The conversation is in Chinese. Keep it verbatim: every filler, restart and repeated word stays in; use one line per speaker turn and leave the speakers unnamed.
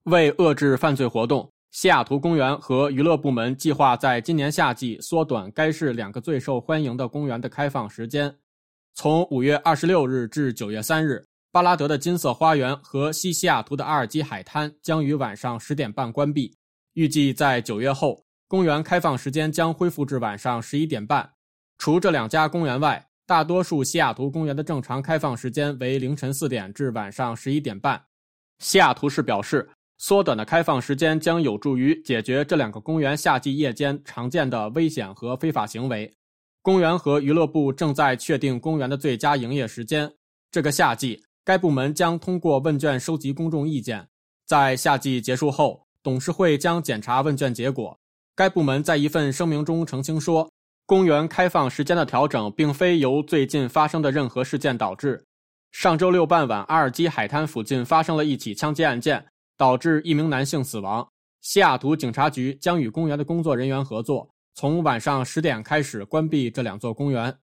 为遏制犯罪活动，西雅图公园和娱乐部门计划在今年夏季缩短该市两个最受欢迎的公园的开放时间。从五月二十六日至九月三日，巴拉德的金色花园和西西雅图的阿尔基海滩将于晚上十点半关闭。预计在九月后，公园开放时间将恢复至晚上十一点半。除这两家公园外，大多数西雅图公园的正常开放时间为凌晨四点至晚上十一点半。西雅图市表示，缩短的开放时间将有助于解决这两个公园夏季夜间常见的危险和非法行为。公园和娱乐部正在确定公园的最佳营业时间。这个夏季，该部门将通过问卷收集公众意见。在夏季结束后，董事会将检查问卷结果。该部门在一份声明中澄清说，公园开放时间的调整并非由最近发生的任何事件导致。上周六傍晚，阿尔基海滩附近发生了一起枪击案件，导致一名男性死亡。西雅图警察局将与公园的工作人员合作，从晚上十点开始关闭这两座公园。